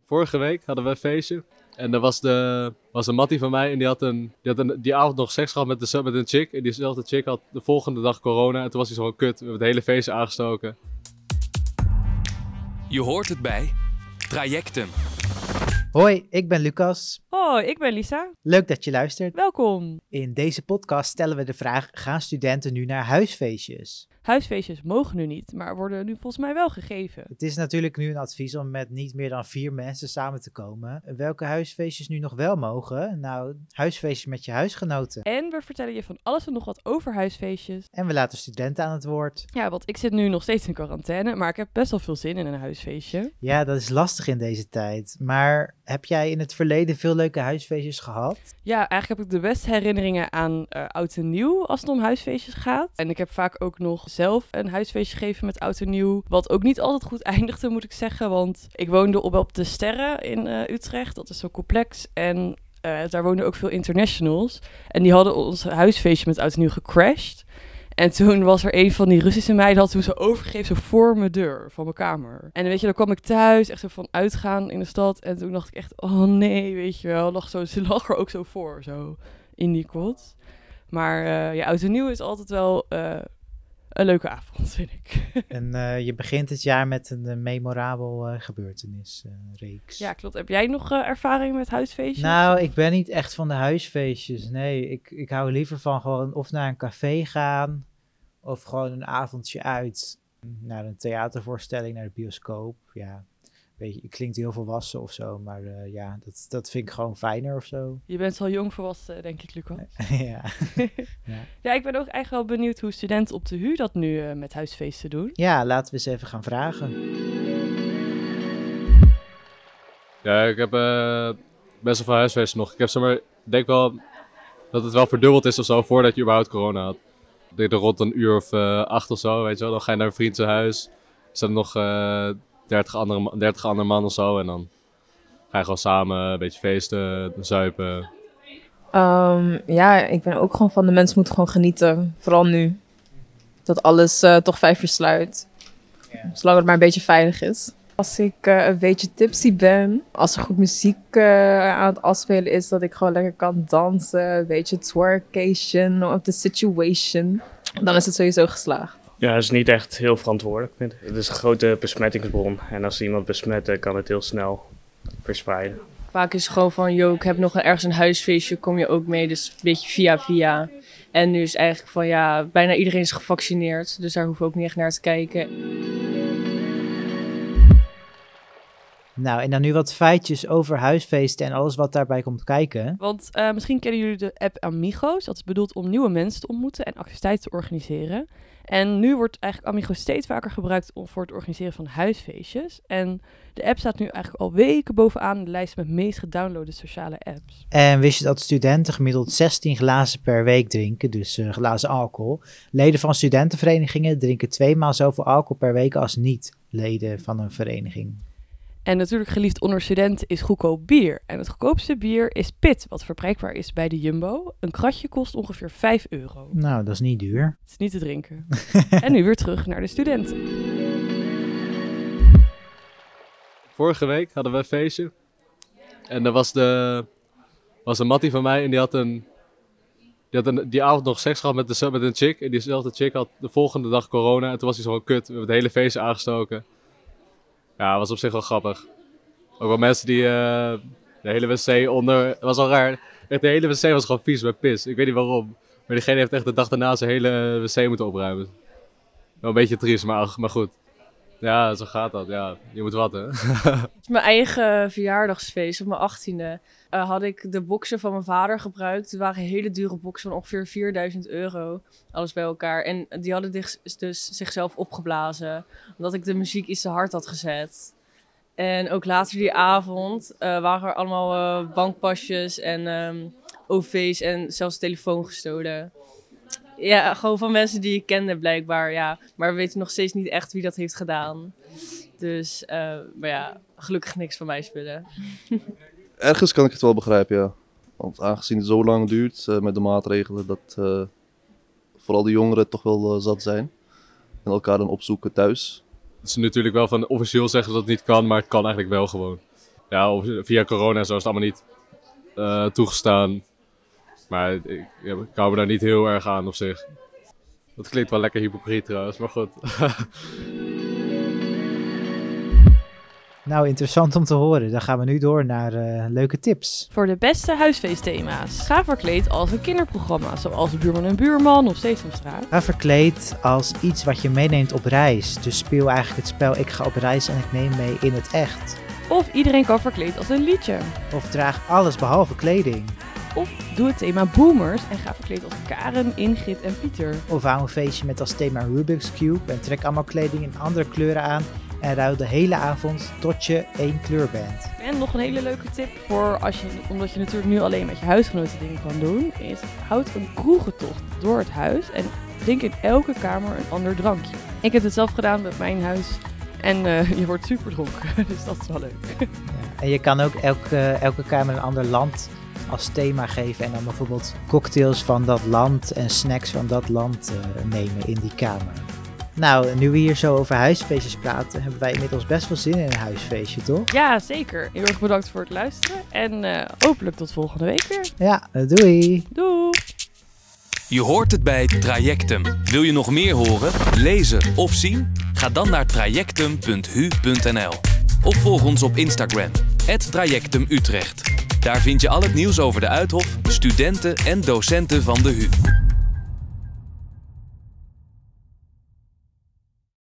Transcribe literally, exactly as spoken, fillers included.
Vorige week hadden we een feestje. En er was, de, was een mattie van mij en die had, een, die, had een, die avond nog seks gehad met, de, met een chick. En diezelfde chick had de volgende dag corona. En toen was hij zo van kut. We hebben het hele feestje aangestoken. Je hoort het bij Trajecten. Hoi, ik ben Lucas. Hoi, ik ben Lisa. Leuk dat je luistert. Welkom. In deze podcast stellen we de vraag, gaan studenten nu naar huisfeestjes? Huisfeestjes mogen nu niet, maar worden nu volgens mij wel gegeven. Het is natuurlijk nu een advies om met niet meer dan vier mensen samen te komen. Welke huisfeestjes nu nog wel mogen? Nou, huisfeestjes met je huisgenoten. En we vertellen je van alles en nog wat over huisfeestjes. En we laten studenten aan het woord. Ja, want ik zit nu nog steeds in quarantaine, maar ik heb best wel veel zin in een huisfeestje. Ja, dat is lastig in deze tijd. Maar heb jij in het verleden veel leuke huisfeestjes gehad? Ja, eigenlijk heb ik de beste herinneringen aan uh, oud en nieuw als het om huisfeestjes gaat. En ik heb vaak ook nog zelf een huisfeestje gegeven met oud en nieuw. Wat ook niet altijd goed eindigde, moet ik zeggen. Want ik woonde op, op de Sterren in uh, Utrecht. Dat is zo'n complex. En uh, daar woonden ook veel internationals. En die hadden ons huisfeestje met oud en nieuw gecrashed. En toen was er een van die Russische meiden, had toen zo overgegeven, zo voor mijn deur van mijn kamer. En weet je, dan kwam ik thuis, echt zo van uitgaan in de stad. En toen dacht ik echt, oh nee, weet je wel. Lag zo, ze lag er ook zo voor, zo in die kot. Maar uh, ja, oud en nieuw is altijd wel uh, een leuke avond, vind ik. En uh, je begint het jaar met een uh, memorabel uh, gebeurtenisreeks. Uh, ja, klopt. Heb jij nog uh, ervaring met huisfeestjes? Nou, ik ben niet echt van de huisfeestjes. Nee, ik, ik hou liever van gewoon of naar een café gaan of gewoon een avondje uit. Naar een theatervoorstelling, naar de bioscoop. Ja, weet je, het klinkt heel volwassen of zo, maar uh, ja, dat, dat vind ik gewoon fijner of zo. Je bent wel jong volwassen, denk ik, Lucas. ja. ja. Ja, ik ben ook eigenlijk wel benieuwd hoe studenten op de H U dat nu uh, met huisfeesten doen. Ja, laten we eens even gaan vragen. Ja, ik heb uh, best wel veel huisfeesten nog. Ik heb zomaar, denk wel dat het wel verdubbeld is of zo voordat je überhaupt corona had. Ik denk er rond een uur of uh, acht of zo, weet je wel. Dan ga je naar een vriend zijn huis. Er zijn nog uh, dertig andere, dertig andere man of zo. En dan ga je gewoon samen een beetje feesten, zuipen. Um, ja, ik ben ook gewoon van de mensen moeten gewoon genieten. Vooral nu. Dat alles uh, toch vijf uur sluit. Yeah. Zolang het maar een beetje veilig is. Als ik uh, een beetje tipsy ben, als er goed muziek uh, aan het afspelen is, dat ik gewoon lekker kan dansen, een beetje twerkation of the situation, dan is het sowieso geslaagd. Ja, het is niet echt heel verantwoordelijk, vind ik. Het is een grote besmettingsbron en als iemand besmet, kan het heel snel verspreiden. Vaak is het gewoon van, yo, ik heb nog een, ergens een huisfeestje, kom je ook mee, dus een beetje via via. En nu is het eigenlijk van, ja, bijna iedereen is gevaccineerd, dus daar hoeven we ook niet echt naar te kijken. Nou, en dan nu wat feitjes over huisfeesten en alles wat daarbij komt kijken. Want uh, misschien kennen jullie de app Amigos. Dat is bedoeld om nieuwe mensen te ontmoeten en activiteiten te organiseren. En nu wordt eigenlijk Amigos steeds vaker gebruikt voor het organiseren van huisfeestjes. En de app staat nu eigenlijk al weken bovenaan de lijst met meest gedownloade sociale apps. En wist je dat studenten gemiddeld zestien glazen per week drinken, dus uh, glazen alcohol. Leden van studentenverenigingen drinken tweemaal zoveel alcohol per week als niet-leden van een vereniging. En natuurlijk geliefd onder studenten is goedkoop bier. En het goedkoopste bier is Pit, wat verkrijgbaar is bij de Jumbo. Een kratje kost ongeveer vijf euro. Nou, dat is niet duur. Het is niet te drinken. En nu weer terug naar de studenten. Vorige week hadden we een feestje. En er was, de, was een mattie van mij en die had, een, die, had een, die avond nog seks gehad met, de, met een chick. En diezelfde chick had de volgende dag corona. En toen was hij zo van kut. We hebben het hele feestje aangestoken. Ja, dat was op zich wel grappig. Ook wel mensen die uh, de hele wc onder... Het was wel raar. Echt, de hele wc was gewoon vies met pis. Ik weet niet waarom. Maar diegene heeft echt de dag daarna zijn hele wc moeten opruimen. Wel een beetje triest, maar, maar goed. Ja, zo gaat dat. Ja, je moet wat, hè. Mijn eigen verjaardagsfeest op mijn achttiende uh, had ik de boxen van mijn vader gebruikt. Het waren hele dure boxen van ongeveer vierduizend euro. Alles bij elkaar. En die hadden dus, dus zichzelf opgeblazen. Omdat ik de muziek iets te hard had gezet. En ook later die avond uh, waren er allemaal uh, bankpasjes en um, O V's en zelfs telefoon gestolen. Ja, gewoon van mensen die ik kende blijkbaar, ja. Maar we weten nog steeds niet echt wie dat heeft gedaan. Dus, uh, maar ja, gelukkig niks van mij spullen. Ergens kan ik het wel begrijpen, ja. Want aangezien het zo lang duurt uh, met de maatregelen, dat uh, vooral de jongeren toch wel uh, zat zijn. En elkaar dan opzoeken thuis. Het is natuurlijk wel van officieel zeggen dat het niet kan, maar het kan eigenlijk wel gewoon. Ja, of via corona en zo is het allemaal niet uh, toegestaan. Maar ik, ik hou me daar niet heel erg aan op zich. Dat klinkt wel lekker hypocriet trouwens, maar goed. Nou, interessant om te horen. Dan gaan we nu door naar uh, leuke tips. Voor de beste huisfeestthema's. Ga verkleed als een kinderprogramma, zoals Buurman en Buurman of Sesamstraat. Ga verkleed als iets wat je meeneemt op reis. Dus speel eigenlijk het spel Ik ga op reis en ik neem mee in het echt. Of iedereen kan verkleed als een liedje. Of draag alles behalve kleding. Of doe het thema boomers en ga verkleed als Karen, Ingrid en Pieter. Of hou een feestje met als thema Rubik's Cube en trek allemaal kleding in andere kleuren aan. En ruil de hele avond tot je één kleur bent. En nog een hele leuke tip voor als je, omdat je natuurlijk nu alleen met je huisgenoten dingen kan doen, is houd een kroegentocht door het huis en drink in elke kamer een ander drankje. Ik heb het zelf gedaan met mijn huis en uh, je wordt super dronken, dus dat is wel leuk. Ja, en je kan ook elke, elke kamer een ander land als thema geven en dan bijvoorbeeld cocktails van dat land en snacks van dat land uh, nemen in die kamer. Nou, nu we hier zo over huisfeestjes praten, hebben wij inmiddels best wel zin in een huisfeestje, toch? Ja, zeker. Heel erg bedankt voor het luisteren en uh, hopelijk tot volgende week weer. Ja, doei! Doei! Je hoort het bij Trajectum. Wil je nog meer horen, lezen of zien? Ga dan naar trajectum punt h u punt n l of volg ons op Instagram, at Trajectum Utrecht. Daar vind je al het nieuws over de Uithof, studenten en docenten van de H U.